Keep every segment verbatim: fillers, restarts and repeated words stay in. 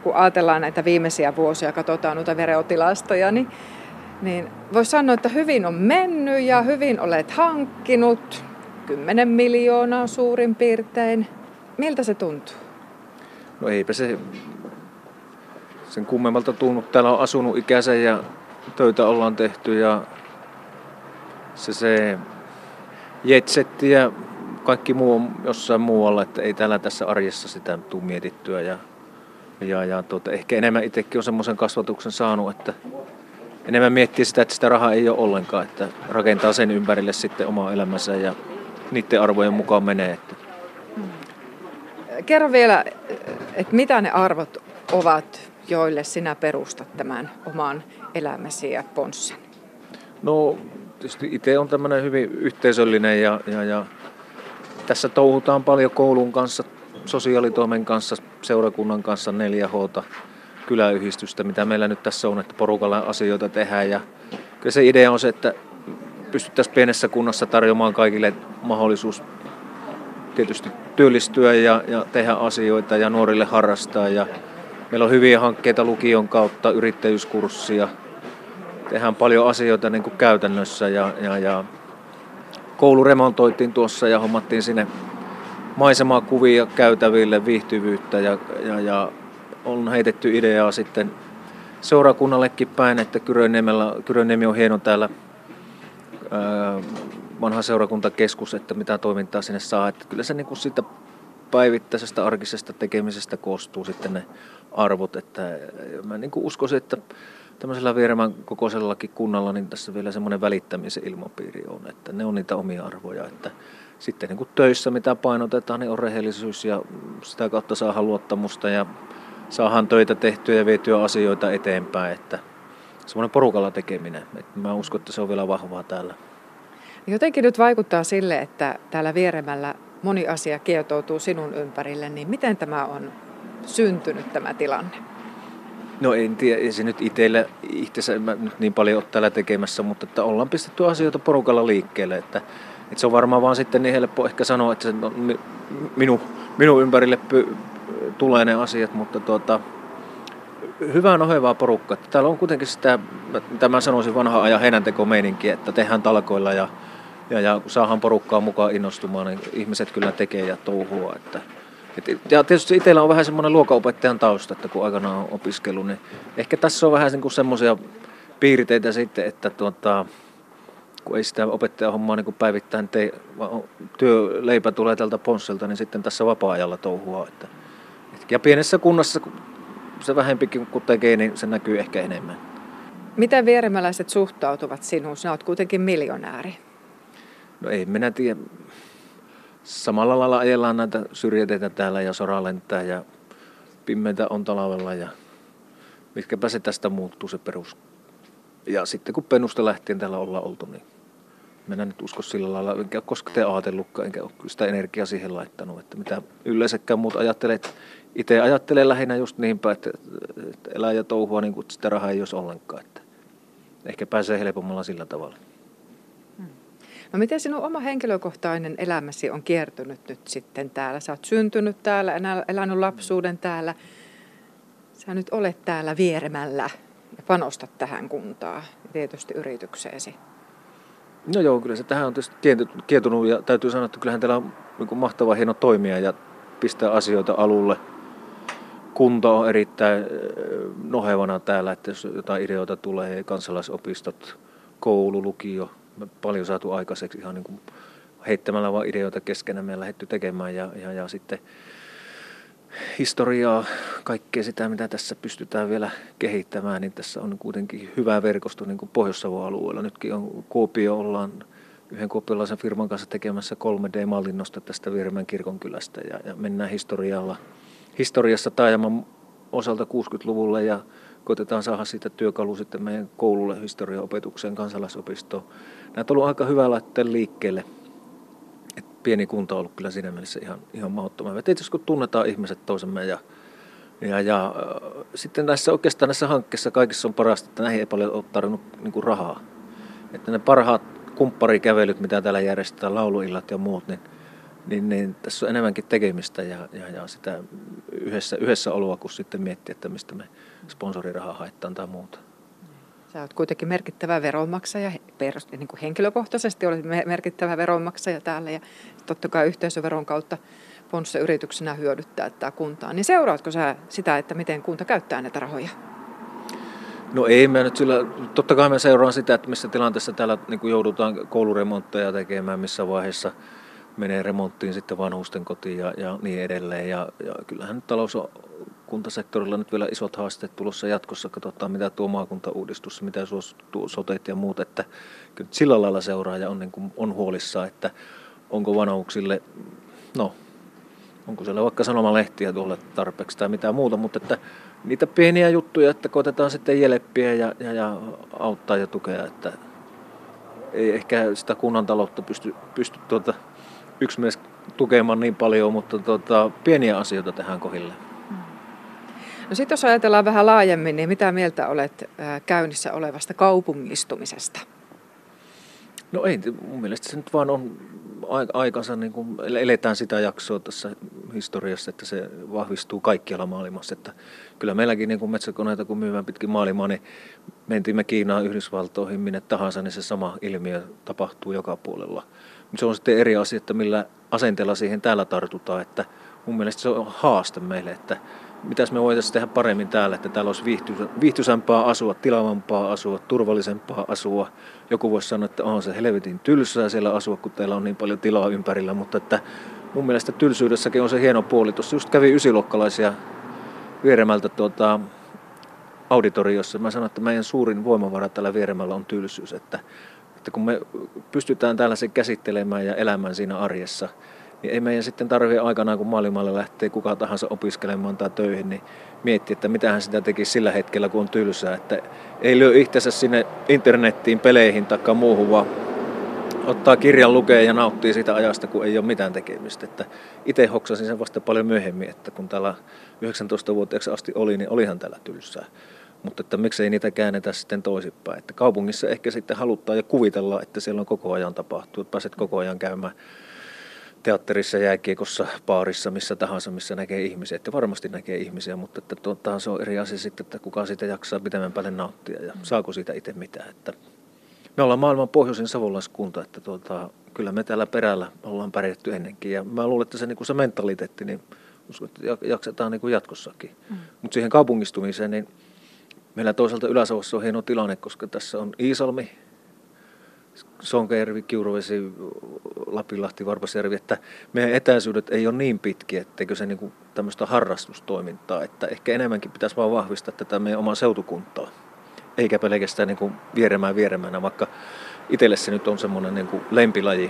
kun ajatellaan näitä viimeisiä vuosia, katsotaan noita verotilastoja, niin, niin voisi sanoa, että hyvin on mennyt ja hyvin olet hankkinut. Kymmenen miljoonaa suurin piirtein. Miltä se tuntuu? No eipä se sen kummemmalta tunnu. Täällä on asunut ikänsä ja töitä ollaan tehty ja se, se jetsetti ja kaikki muu on jossain muualla, että ei täällä tässä arjessa sitä tule mietittyä. Ja, ja, ja tuota, ehkä enemmän itsekin on semmoisen kasvatuksen saanut, että enemmän miettii sitä, että sitä rahaa ei ole ollenkaan, että rakentaa sen ympärille sitten omaa elämänsä ja niiden arvojen mukaan menee. Että. Kerro vielä, että mitä ne arvot ovat, joille sinä perustat tämän oman elämäsi ja Ponssen? No tietysti itse on tämmöinen hyvin yhteisöllinen ja, ja, ja tässä touhutaan paljon koulun kanssa, sosiaalitoimen kanssa, seurakunnan kanssa, neljä H, kyläyhdistystä, mitä meillä nyt tässä on, että porukalla asioita tehdään. Ja kyllä se idea on se, että pystyttäisiin pienessä kunnassa tarjoamaan kaikille mahdollisuus tietysti työllistyä ja, ja tehdä asioita ja nuorille harrastaa. Ja meillä on hyviä hankkeita lukion kautta, yrittäjyyskurssia. Tehdään paljon asioita niin kuin käytännössä ja, ja, ja koulu remontoitiin tuossa ja hommattiin sinne maisemakuvia käytäville, viihtyvyyttä ja, ja, ja on heitetty ideaa sitten seurakunnallekin päin, että Kyrönniemi on hieno täällä ää, vanha seurakuntakeskus, että mitä toimintaa sinne saa. Että kyllä se niin kuin siitä päivittäisestä arkisesta tekemisestä koostuu sitten ne arvot. Että mä niin kuin uskoisin, että tämmöisellä Vieremän kokoisellakin kunnalla niin tässä vielä semmoinen välittämisen ilmapiiri on, että ne on niitä omia arvoja. Että sitten niin kuin töissä mitä painotetaan, niin on rehellisyys ja sitä kautta saadaan luottamusta ja saadaan töitä tehtyä ja vietyä asioita eteenpäin. Että semmoinen porukalla tekeminen. Että mä uskon, että se on vielä vahvaa täällä. Jotenkin nyt vaikuttaa sille, että täällä Vieremällä moni asia kietoutuu sinun ympärille, niin miten tämä on syntynyt tämä tilanne? No en tiedä, ei se nyt itselle, itsensä mä nyt niin paljon ole täällä tekemässä, mutta että ollaan pistetty asioita porukalla liikkeelle. Että, että se on varmaan vaan sitten niin helppo ehkä sanoa, että se on minu, minun ympärille py, tulee ne asiat, mutta tuota, hyvää nohevaa porukkaa. Että täällä on kuitenkin sitä, mitä mä sanoisin vanha ajan heinäntekomeininkiä, että tehdään talkoilla ja, ja, ja kun saadaan porukkaa mukaan innostumaan, niin ihmiset kyllä tekee ja touhua. Että, ja tietysti itsellä on vähän semmoinen luokanopettajan tausta, että kun aikanaan on opiskellut, niin ehkä tässä on vähän niin semmoisia piirteitä sitten, että tuota, kun ei sitä opettajan hommaa niin päivittäin tee, vaan työleipä tulee tältä Ponsselta, niin sitten tässä vapaa-ajalla touhua. Että, ja pienessä kunnassa, kun se vähempikin kun tekee, niin se näkyy ehkä enemmän. Miten vieremäläiset suhtautuvat sinuun? Sinä olet kuitenkin miljonääri. No ei minä tiedä. Samalla lailla ajellaan näitä syrjäteitä täällä ja sora lentää ja pimeitä on talvella ja mitkäpä se tästä muuttuu se perus. Ja sitten kun pennusta lähtien täällä ollaan oltu, niin minä nyt usko sillä lailla, enkä ole koskaan ajatellutkaan, enkä ole sitä energiaa siihen laittanut, että mitä yleensäkään muut ajattelee. Itse ajattelen lähinnä just niinpä, että, että elää ja touhua niin kuin sitä rahaa ei olisi ollenkaan. Että ehkä pääsee helpommalla sillä tavalla. No miten sinun oma henkilökohtainen elämäsi on kiertynyt nyt sitten täällä? Sä oot syntynyt täällä, elänyt lapsuuden täällä. Sä nyt olet täällä Vieremällä ja panostat tähän kuntaan ja tietysti yritykseesi. No joo, kyllä se tähän on tietysti kietunut ja täytyy sanoa, että kyllähän täällä on niin mahtava hieno toimia ja pistää asioita alulle. Kunta on erittäin nohevana täällä, että jos jotain ideoita tulee, kansalaisopistot, koulu, lukio, me paljon saatu aikaiseksi ihan niin kuin heittämällä vaan ideoita keskenään meillä lähdetty tekemään ja, ja, ja sitten historiaa, kaikkea sitä, mitä tässä pystytään vielä kehittämään, niin tässä on kuitenkin hyvä verkosto niin kuin Pohjois-Savon alueella. Nytkin on Kuopio, ollaan yhden kuopiolaisen firman kanssa tekemässä kolme D-mallinnosta tästä Vieremän kirkonkylästä ja, ja mennään historialla, historiassa taajaman osalta kuusikymmentäluvulle ja koitetaan saada siitä työkalu sitten meidän koululle, historiaopetukseen, kansalaisopistoon. Nämä on ollut aika hyvä laittaa liikkeelle. Et pieni kunta on ollut kyllä siinä mielessä ihan, ihan mahdottoman hyvä. Tietysti kun tunnetaan ihmiset toisemme ja, ja, ja äh, sitten näissä oikeastaan näissä hankkeissa kaikissa on parasta, että näihin ei paljon ole tarvinnut niin kuin rahaa. Että ne parhaat kumpparikävelyt, mitä täällä järjestetään, lauluillat ja muut, niin niin, niin tässä on enemmänkin tekemistä ja, ja, ja sitä yhdessä, yhdessä oloa, kun sitten miettiä, että mistä me sponsorirahaa haetaan tai muuta. Sä oot kuitenkin merkittävä veronmaksaja, niin kuin henkilökohtaisesti olet merkittävä veronmaksaja täällä ja totta kai yhteisöveron kautta Ponsse yrityksenä hyödyttää tämä kuntaa. Niin seuraatko sä sitä, että miten kunta käyttää näitä rahoja? No ei mä nyt sillä, totta kai mä seuraan sitä, että missä tilanteessa täällä niin kuin joudutaan kouluremontteja tekemään, missä vaiheessa menee remonttiin sitten vanhusten kotiin ja, ja niin edelleen. Ja, ja kyllähän nyt talous on kuntasektorilla nyt vielä isot haasteet tulossa jatkossa. Katsotaan mitä tuo maakuntauudistus, mitä suostuu soteet ja muut. Että kyllä sillä lailla seuraaja on, niin kuin, on huolissaan, että onko vanhuksille, no onko siellä vaikka sanomalehtiä tuolla tarpeeksi tai mitään muuta, mutta että niitä pieniä juttuja, että koetetaan sitten jeleppiä ja, ja, ja auttaa ja tukea, että ei ehkä sitä kunnan taloutta pysty, pysty tuota, yksi mies tukemaan niin paljon, mutta tuota, pieniä asioita tehdään kohille. No sitten jos ajatellaan vähän laajemmin, niin mitä mieltä olet käynnissä olevasta kaupungistumisesta? No ei, mun mielestä se nyt vaan on aikansa, niin kuin eletään sitä jaksoa tässä historiassa, että se vahvistuu kaikkialla maailmassa. Että kyllä meilläkin niin kuin metsäkoneita, kun myydään pitkin maailmaa, niin mentiin me Kiinaan, Yhdysvaltoihin, minne tahansa, niin se sama ilmiö tapahtuu joka puolella. Mutta se on sitten eri asia, että millä asenteella siihen täällä tartutaan. Että mun mielestä se on haaste meille, että mitäs me voitaisiin tehdä paremmin täällä, että täällä olisi viihtyisämpää asua, tilavampaa asua, turvallisempaa asua. Joku voisi sanoa, että on se helvetin tylsää siellä asua, kun teillä on niin paljon tilaa ympärillä, mutta että mun mielestä tylsyydessäkin on se hieno puoli. Tuossa just kävi ysiluokkalaisia Vieremältä tuota, auditoriossa. Mä sanoin, että meidän suurin voimavara tällä Vieremällä on tylsyys, että, että kun me pystytään täällä sen käsittelemään ja elämään siinä arjessa, niin ei meidän sitten tarvitse aikanaan, kun maailmalle lähtee kuka tahansa opiskelemaan tai töihin, niin miettiä, että mitähän sitä tekisi sillä hetkellä, kun on tylsää. Että ei lyö itsensä sinne internettiin, peleihin tai muuhun, vaan ottaa kirjan, lukee ja nauttii siitä ajasta, kun ei ole mitään tekemistä. Että itse hoksasin sen vasta paljon myöhemmin, että kun täällä yhdeksäntoistavuotiaaksi asti oli, niin olihan täällä tylsää. Mutta että miksei niitä käännetä sitten toisinpäin. Että kaupungissa ehkä sitten halutaan ja kuvitellaan, että siellä on koko ajan tapahtuu, että pääset koko ajan käymään teatterissa, jääkiekossa, baarissa, missä tahansa, missä näkee ihmisiä. Että varmasti näkee ihmisiä, mutta että tuota, se on eri asia sitten, että kuka siitä jaksaa pitemmän päälle nauttia ja saako siitä itse mitään. Että me ollaan maailman pohjoisin savolaiskunta, että tuota, kyllä me täällä perällä ollaan pärjätty ennenkin. Ja mä luulen, että se, niin kuin se mentaliteetti, niin uskon, että jaksetaan niin kuin jatkossakin. Mm. Mutta siihen kaupungistumiseen, niin meillä toisaalta Ylä-Savossa on hieno tilanne, koska tässä on Iisalmi, Sonkajärvi, Kiuruvesi, Lapinlahti, Varpasjärvi, että meidän etäisyydet ei ole niin pitkiä, etteikö se niin kuin tämmöistä harrastustoimintaa, että ehkä enemmänkin pitäisi vaan vahvistaa tätä meidän omaa seutukuntaa, eikä pelkästään niin kuin vieremään vieremänä, vaikka itselle se nyt on semmoinen niin kuin lempilaji.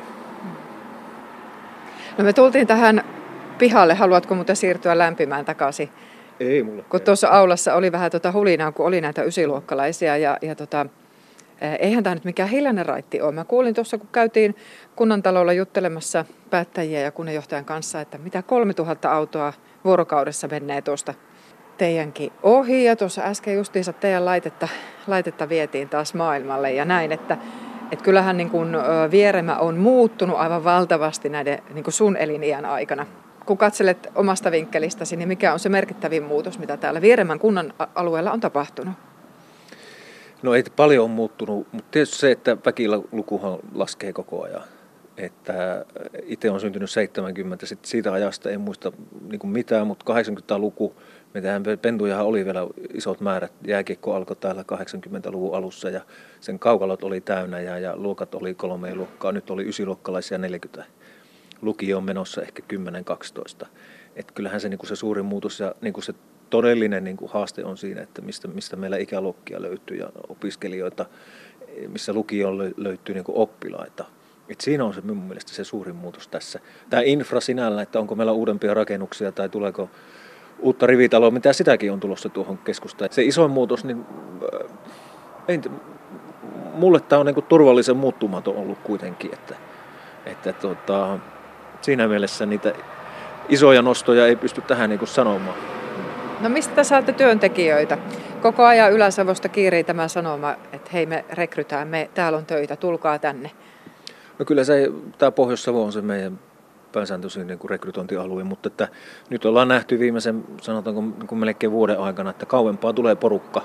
No me tultiin tähän pihalle, haluatko muuten siirtyä lämpimään takaisin? Ei mulle. Kun tuossa aulassa oli vähän tuota hulinaa, kun oli näitä ysiluokkalaisia ja, ja tota, eihän tämä nyt mikään hiljainen raitti ole. Mä kuulin tuossa, kun käytiin kunnantalolla juttelemassa päättäjiä ja kunnanjohtajan kanssa, että mitä kolmetuhatta autoa vuorokaudessa menee tuosta teidänkin ohi. Ja tuossa äsken justiinsa teidän laitetta, laitetta vietiin taas maailmalle ja näin, että et kyllähän niin kun Vieremä on muuttunut aivan valtavasti näiden niin kun sun eliniän aikana. Kun katselet omasta vinkkelistäsi, niin mikä on se merkittävin muutos, mitä täällä Vieremän kunnan alueella on tapahtunut? No ei paljon on muuttunut, mutta tietysti se, että väkilukuhan laskee koko ajan. Että itse on syntynyt seitsemänkymmentä, sitten siitä ajasta en muista niin kuin mitään, mutta kahdeksankymmentäluku, meidän pentujahan oli vielä isot määrät. Jääkiekko alkoi täällä kahdeksankymmentäluvun alussa ja sen kaukalot oli täynnä ja, ja luokat oli kolme luokkaa. Nyt oli ysiluokkalaisia neljäkymmentä. Lukio on menossa ehkä kymmenen kaksitoista. Että kyllähän se, niin kuin se suurin muutos ja niin kuin se todellinen niin kuin haaste on siinä, että mistä, mistä meillä ikäluokkia löytyy ja opiskelijoita, missä lukioon löytyy niin kuin oppilaita. Et siinä on se minun mielestä se suurin muutos tässä. Tämä infra sinällä, että onko meillä uudempia rakennuksia tai tuleeko uutta rivitaloa, mitä sitäkin on tulossa tuohon keskustaan. Se isoin muutos, niin ei, mulle tämä on niin kuin turvallisen muuttumaton ollut kuitenkin, että, että tota, siinä mielessä niitä isoja nostoja ei pysty tähän niin kuin sanomaan. No mistä saatte työntekijöitä? Koko ajan Ylä-Savosta kiirii tämä sanoma, että hei me rekrytään, me, täällä on töitä, tulkaa tänne. No kyllä se, tämä Pohjois-Savo on se meidän pääsääntöisiin niin kuin rekrytointialueen, mutta että nyt ollaan nähty viimeisen, sanotaanko niin kuin melkein vuoden aikana, että kauempaa tulee porukka.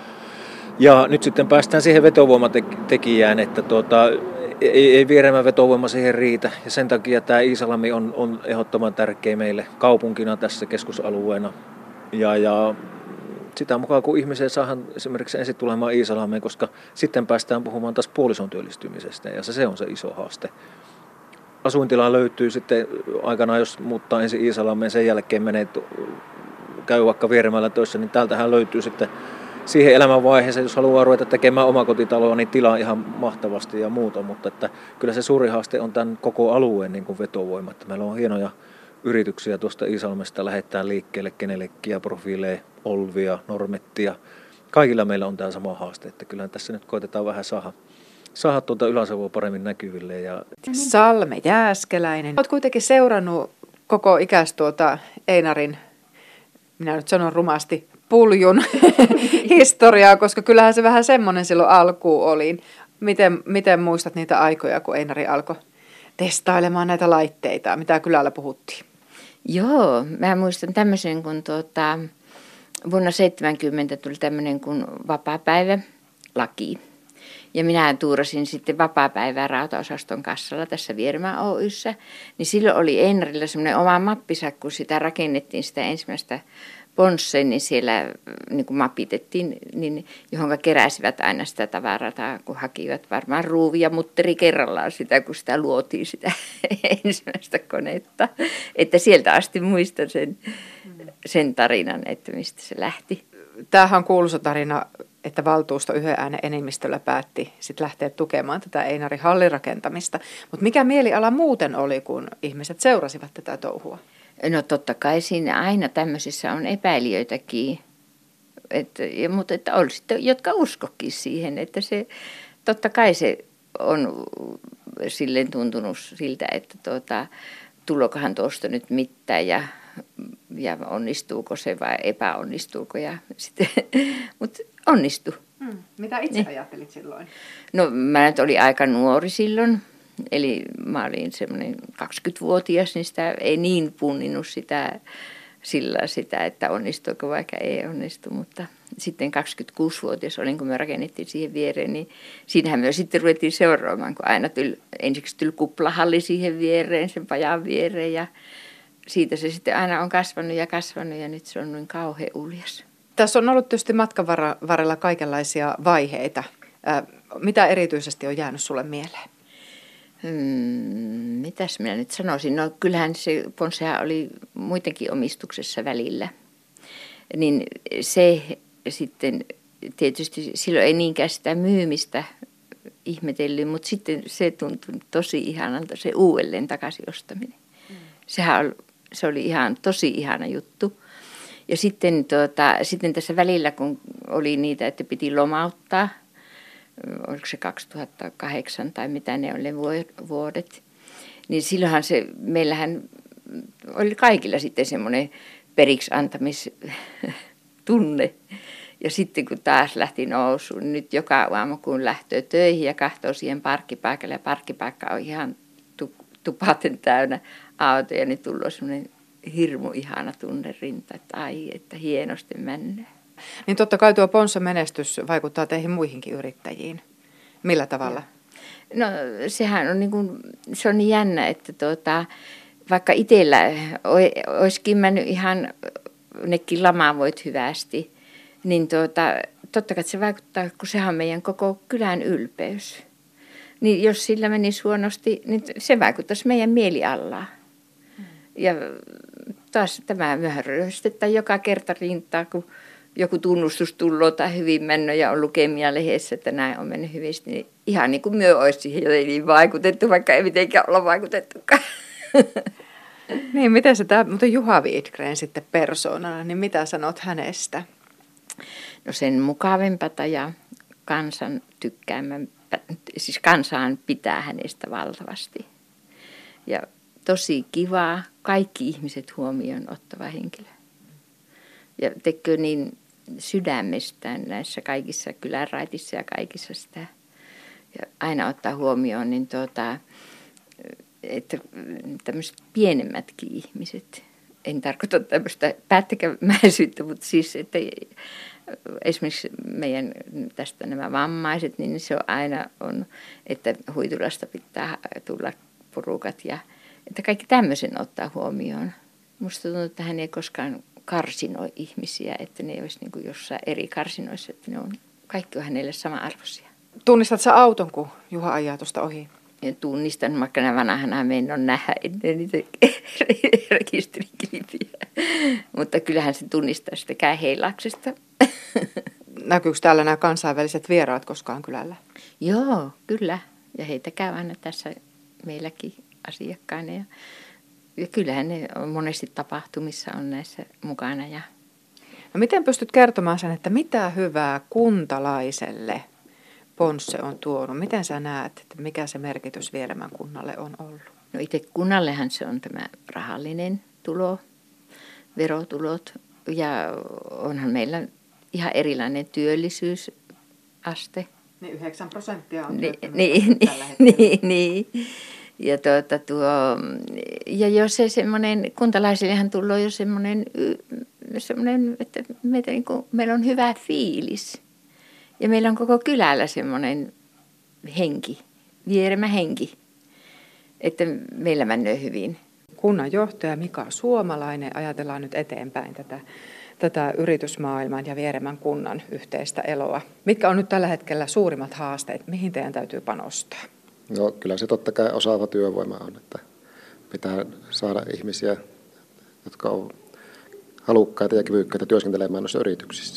Ja nyt sitten päästään siihen vetovoimatekijään, että tuota, ei, ei Vieremän vetovoima siihen riitä. Ja sen takia tämä Iisalmi on, on ehdottoman tärkeä meille kaupunkina tässä keskusalueena. Ja, ja sitä mukaan, kun ihmisiä saadaan esimerkiksi ensin tulemaan Iisalmeen, koska sitten päästään puhumaan taas puolison työllistymisestä. Ja se, se on se iso haaste. Asuintila löytyy sitten aikanaan, jos muuttaa ensin Iisalmeen, sen jälkeen menee, käy vaikka Vieremällä töissä, niin täältähän löytyy sitten siihen elämänvaiheeseen, jos haluaa ruveta tekemään omakotitaloa, niin tilaa ihan mahtavasti ja muuta, mutta että kyllä se suuri haaste on tämän koko alueen niin kuin vetovoima. Että meillä on hienoja yrityksiä tuosta Iisalmesta lähettää liikkeelle kenellekin profiileja, Olvia, Normettia. Kaikilla meillä on tämä sama haaste, että kyllä tässä nyt koitetaan vähän saada, saada tuota Ylä-Savoa paremmin näkyville. Ja Salme Jääskeläinen. Olet kuitenkin seurannut koko ikäs tuota Einarin, minä nyt sanon rumasti, puljun historiaa, koska kyllähän se vähän semmoinen silloin alkuun oli. Miten, miten muistat niitä aikoja, kun Einari alkoi testailemaan näitä laitteita, mitä kylällä puhuttiin? Joo, mä muistan tämmöisen, kun tuota, vuonna seitsemänkymmentä tuli tämmöinen kuin vapaapäivä laki. Ja minä tuurasin sitten vapaapäivää rautaosaston kassalla tässä Vieremän Oy:ssä. Niin silloin oli Einarilla semmoinen oma mappisa, kun sitä rakennettiin sitä ensimmäistä Ponsse, niin siellä niin kuin mapitettiin, niin, johon keräsivät aina sitä tavaraa, kun hakivat varmaan ruuvi ja mutteri kerrallaan sitä, kun sitä luotiin sitä ensimmäistä konetta. Että sieltä asti muistan sen, sen tarinan, että mistä se lähti. Tämähän on kuuluisa tarina, että valtuusto yhden äänen enemmistöllä päätti sit lähteä tukemaan tätä Einarin hallin rakentamista. Mutta mikä mieliala muuten oli, kun ihmiset seurasivat tätä touhua? No totta kai siinä aina tämmöisissä on epäilijöitäkin, että, ja, mutta että on sitten, jotka uskokin siihen, että se totta kai se on silleen tuntunut siltä, että tuota, tulokohan tuosta nyt mitään ja, ja onnistuuko se vai epäonnistuuko ja sitten, mutta onnistui. Hmm. Mitä itse niin ajattelit silloin? No mä nyt olin aika nuori silloin. Eli mä olin semmoinen kaksikymmentävuotias, niin sitä ei niin punninnut sitä, sillä sitä, että onnistuuko vaikka ei onnistu. Mutta sitten kaksikymmentäkuusivuotias olin, kun me rakennettiin siihen viereen, niin siinähän me sitten ruvettiin seuraamaan, kun aina tyl, ensiksi tuli kuplahalli siihen viereen, sen pajan viereen. Ja siitä se sitten aina on kasvanut ja kasvanut ja nyt se on noin kauhean uljas. Tässä on ollut tietysti matkan varrella kaikenlaisia vaiheita. Mitä erityisesti on jäänyt sulle mieleen? Hmm, mitäs minä nyt sanoisin? No kyllähän se Ponsehan oli muidenkin omistuksessa välillä. Niin se sitten tietysti silloin ei niinkään sitä myymistä ihmetellyt, mutta sitten se tuntui tosi ihanalta se uudelleen takaisin ostaminen. Hmm. Sehän oli, se oli ihan tosi ihana juttu. Ja sitten, tuota, sitten tässä välillä, kun oli niitä, että piti lomauttaa, oliko se kaksituhattakahdeksan tai mitä ne oli vuodet, niin silloinhan se, meillähän oli kaikilla sitten semmoinen periksi antamistunne. Ja sitten kun taas lähti nousuun, niin nyt joka aamu kun lähtee töihin ja katsoo siihen parkkipaikalle, ja parkkipaikka on ihan tupaten täynnä autoja, niin tulee semmoinen hirmu ihana tunne rinta, että ai, että hienosti mennään. Niin totta kai tuo Ponsse-menestys vaikuttaa teihin muihinkin yrittäjiin. Millä tavalla? No sehän on niin kuin, se on niin jännä, että tuota, vaikka itsellä olisikin mennyt ihan nekin lamavoit hyvästi, niin tuota, totta kai se vaikuttaa, kun sehän on meidän koko kylän ylpeys. Niin jos sillä menisi huonosti, niin se vaikuttaisi meidän mieliallaan. Ja taas tämä myöhään ryöstetään joka kerta rintaa, kun joku tunnustus tulee tai hyvin mennyt ja on lukemia lehdessä, että näin on mennyt hyvin, niin ihan niin kuin myö olisi siihen jotenkin vaikutettu, vaikka ei mitenkään olla vaikutettukaan. Niin, miten se tämä, mutta Juha Widgren sitten persoonana, niin mitä sanot hänestä? No sen mukavempata ja kansan tykkäämämpää, siis kansaan pitää hänestä valtavasti. Ja tosi kivaa, kaikki ihmiset huomioon ottava henkilö. Ja tekee niin sydämestään näissä kaikissa kylänraitissa ja kaikissa sitä. Ja aina ottaa huomioon, niin tuota, että tämmöiset pienemmätkin ihmiset, en tarkoita tämmöistä päättäkämäisyyttä, mutta siis, että esimerkiksi meidän tästä nämä vammaiset, niin se on aina on, että Huitulasta pitää tulla porukat ja että kaikki tämmöisen ottaa huomioon. Musta tuntuu, että hän ei koskaan karsinoi ihmisiä, että ne ei olisi niin kuin jossain eri karsinoissa, että ne on, kaikki on hänelle sama-arvoisia. Tunnistat sä auton, kun Juha ajaa tuosta ohi? Ja tunnistan, vaikka nämä vanhana me en ole nähdä ennen niitä rekisterikilpiä. Mutta kyllähän se tunnistaa sitä käänheilaksesta. Näkyykö täällä nämä kansainväliset vieraat koskaan kylällä? Joo, kyllä. Ja heitä käy aina tässä meilläkin asiakkaina. Ja, ja kyllähän ne on monesti tapahtumissa on näissä mukana. Ja... No miten pystyt kertomaan sen, että mitä hyvää kuntalaiselle Ponsse on tuonut? Miten sä näet, että mikä se merkitys Vieremän kunnalle on ollut? No itse kunnallehan se on tämä rahallinen tulo, verotulot ja onhan meillä ihan erilainen työllisyysaste. Niin yhdeksän prosenttia on niin, niin, tällä hetkellä. Niin, niin. Ja, tuota, tuo, ja jos se semmoinen, kuntalaisillehan tulee jo semmoinen, semmoinen että meitä, niin kuin, meillä on hyvä fiilis. Ja meillä on koko kylällä semmoinen henki, Vieremä henki, että meillä menee hyvin. Kunnanjohtaja Mika Suomalainen, ajatellaan nyt eteenpäin tätä, tätä yritysmaailman ja Vieremän kunnan yhteistä eloa. Mitkä on nyt tällä hetkellä suurimmat haasteet? Mihin teidän täytyy panostaa? No kyllä se totta kai osaava työvoima on, että pitää saada ihmisiä, jotka on halukkaita ja kyvykkäitä työskentelemään noissa yrityksissä.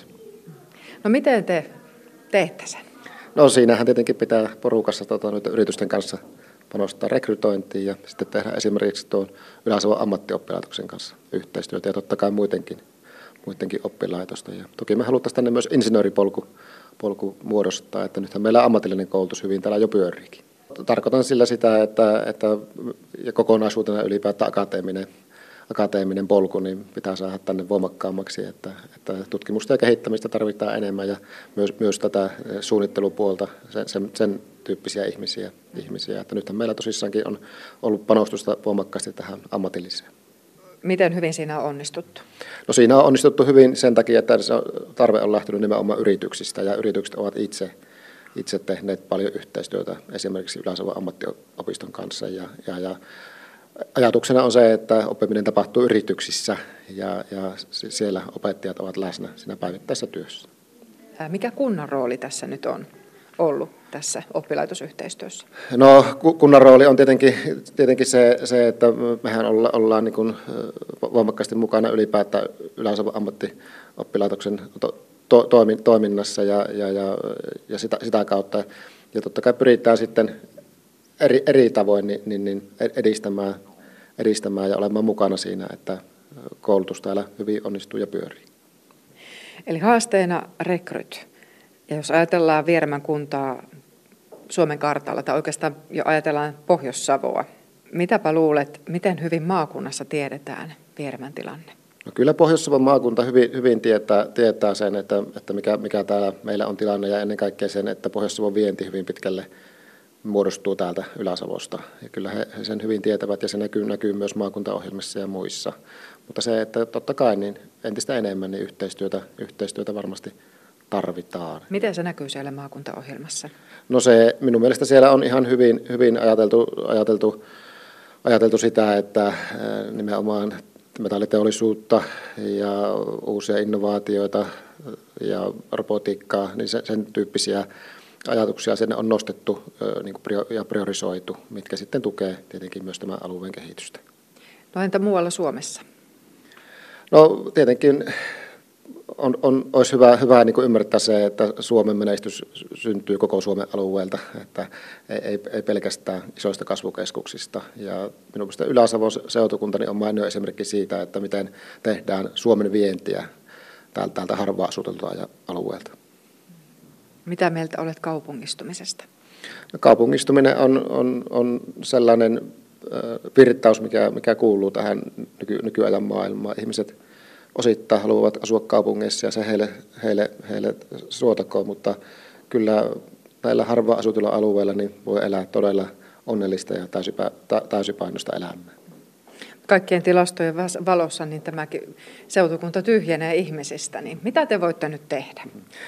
No miten te teette sen? No siinähän tietenkin pitää porukassa tota, nyt yritysten kanssa panostaa rekrytointiin ja sitten tehdä esimerkiksi tuon Ylä-Savon ammattioppilaitoksen kanssa yhteistyötä ja totta kai muidenkin, muidenkin oppilaitosten. Ja toki me haluttaisiin tänne myös insinööripolku polku muodostaa, että nythän meillä ammatillinen koulutus hyvin täällä jo pyöriikin. Tarkoitan sillä sitä, että, että ja kokonaisuutena ylipäätään akateeminen, akateeminen polku niin pitää saada tänne voimakkaammaksi, että, että tutkimusta ja kehittämistä tarvitaan enemmän ja myös, myös tätä suunnittelupuolta, sen, sen, sen tyyppisiä ihmisiä, ihmisiä. Että nythän meillä tosissaankin on ollut panostusta voimakkaasti tähän ammatilliseen. Miten hyvin siinä on onnistuttu? No siinä on onnistuttu hyvin sen takia, että tarve on lähtenyt nimenomaan yrityksistä ja yritykset ovat itse, itse tehneet paljon yhteistyötä esimerkiksi Ylä-Savon ammattiopiston kanssa ja, ja, ja ajatuksena on se, että oppiminen tapahtuu yrityksissä ja, ja siellä opettajat ovat läsnä siinä päivittäisessä työssä. Mikä kunnan rooli tässä nyt on ollut tässä oppilaitosyhteistyössä? No kunnan rooli on tietenkin, tietenkin se, se, että mehän olla, ollaan niin kuin voimakkaasti mukana ylipäätään Ylä-Savon ammattioppilaitoksen to, to, toiminnassa ja, ja, ja, ja sitä, sitä kautta. Ja totta kai pyritään sitten eri, eri tavoin niin, niin, niin edistämään, edistämään ja olemaan mukana siinä, että koulutus täällä hyvin onnistuu ja pyörii. Eli haasteena rekryt. Ja jos ajatellaan Vieremän kuntaa Suomen kartalla, tai oikeastaan jo ajatellaan Pohjois-Savoa, mitäpä luulet, miten hyvin maakunnassa tiedetään Vieremän tilanne? No kyllä Pohjois-Savon maakunta hyvin, hyvin tietää, tietää sen, että, että mikä, mikä täällä meillä on tilanne, ja ennen kaikkea sen, että Pohjois-Savon vienti hyvin pitkälle muodostuu täältä Ylä-Savosta. Ja kyllä he, he sen hyvin tietävät, ja se näkyy, näkyy myös maakuntaohjelmissa ja muissa. Mutta se, että totta kai niin entistä enemmän niin yhteistyötä, yhteistyötä varmasti tarvitaan. Miten se näkyy siellä maakuntaohjelmassa? No se, minun mielestä siellä on ihan hyvin, hyvin ajateltu, ajateltu, ajateltu sitä, että nimenomaan metalliteollisuutta ja uusia innovaatioita ja robotiikkaa, niin sen tyyppisiä ajatuksia sinne on nostettu ja priorisoitu, mitkä sitten tukee tietenkin myös tämän alueen kehitystä. No entä muualla Suomessa? No tietenkin on, on, olisi hyvä, hyvä niin kuin ymmärtää se, että Suomen menestys syntyy koko Suomen alueelta, että ei, ei pelkästään isoista kasvukeskuksista. Ja minun mielestä Ylä-Savon seutukunta niin on mainio esimerkki siitä, että miten tehdään Suomen vientiä täältä, täältä harvaan asutulta alueelta. Mitä mieltä olet kaupungistumisesta? No, kaupungistuminen on, on, on sellainen virtaus, mikä, mikä kuuluu tähän nyky, nykyajan maailmaan. Ihmiset osittain haluavat asua kaupungeissa ja se heille, heille, heille suotakoon, mutta kyllä näillä harvaan asutuilla alueilla niin voi elää todella onnellista ja täysipä, täysipainoista elämää. Kaikkien tilastojen valossa niin tämäkin seutukunta tyhjenee ihmisistä, niin mitä te voitte nyt tehdä?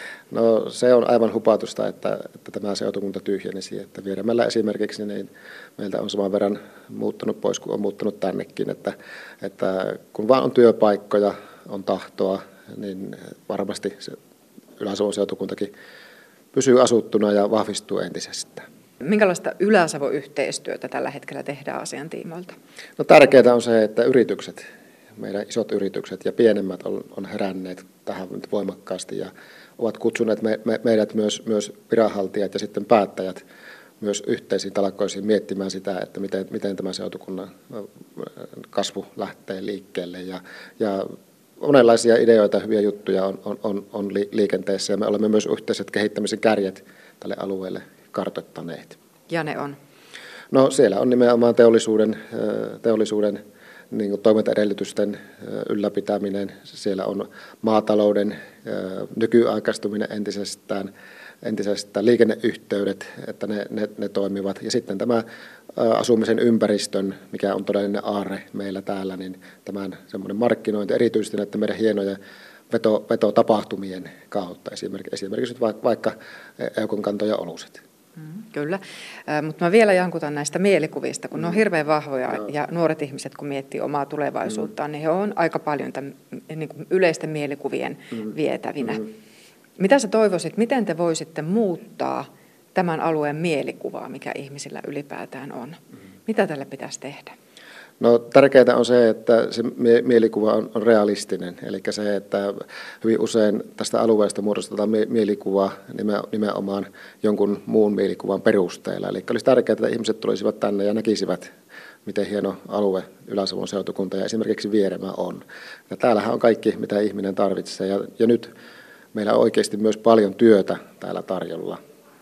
No se on aivan hupatusta, että, että tämä seutukunta tyhjenisi. Että Vieremällä esimerkiksi niin meiltä on saman verran muuttunut pois kuin on muuttunut tännekin. Että, että kun vaan on työpaikkoja, on tahtoa, niin varmasti se Ylä-Savon seutukuntakin pysyy asuttuna ja vahvistuu entisestään. Minkälaista Ylä-Savo-yhteistyötä tällä hetkellä tehdään asian tiimoilta? No tärkeää on se, että yritykset, meidän isot yritykset ja pienemmät on, on heränneet tähän voimakkaasti ja ovat kutsuneet me, me, meidät myös, myös viranhaltijat ja sitten päättäjät myös yhteisiin talkoisiin miettimään sitä, että miten, miten tämä seutukunnan kasvu lähtee liikkeelle. Ja, ja monenlaisia ideoita, hyviä juttuja on, on, on, on liikenteessä ja me olemme myös yhteiset kehittämisen kärjet tälle alueelle kartoittaneet. Ja ne on? No siellä on nimenomaan teollisuuden, teollisuuden niin kuin toimintaedellytysten ylläpitäminen, siellä on maatalouden nykyaikaistuminen entisestään, entisestään liikenneyhteydet, että ne, ne, ne toimivat. Ja sitten tämä asumisen ympäristön, mikä on todellinen aarre meillä täällä, niin tämän semmoinen markkinointi, erityisesti näiden meidän hienojen veto, vetotapahtumien kautta, esimerkiksi, esimerkiksi nyt vaikka Eukon kanto ja oluset. Kyllä, mutta mä vielä jankutan näistä mielikuvista, kun ne on hirveän vahvoja no. ja nuoret ihmiset, kun miettii omaa tulevaisuuttaan, mm. niin he on aika paljon tämän, niin kuin yleisten mielikuvien mm. vietävinä. Mm. Mitä sä toivoisit, miten te voisitte muuttaa tämän alueen mielikuvaa, mikä ihmisillä ylipäätään on? Mm. Mitä tälle pitäisi tehdä? No tärkeää on se, että se mielikuva on, on realistinen, eli se, että hyvin usein tästä alueesta muodostetaan mielikuva nimenomaan jonkun muun mielikuvan perusteella. Eli olisi tärkeää, että ihmiset tulisivat tänne ja näkisivät, miten hieno alue Ylä-Savon seutukunta ja esimerkiksi Vieremä on. Ja täällähän on kaikki, mitä ihminen tarvitsee, ja, ja nyt meillä on oikeasti myös paljon työtä täällä tarjolla.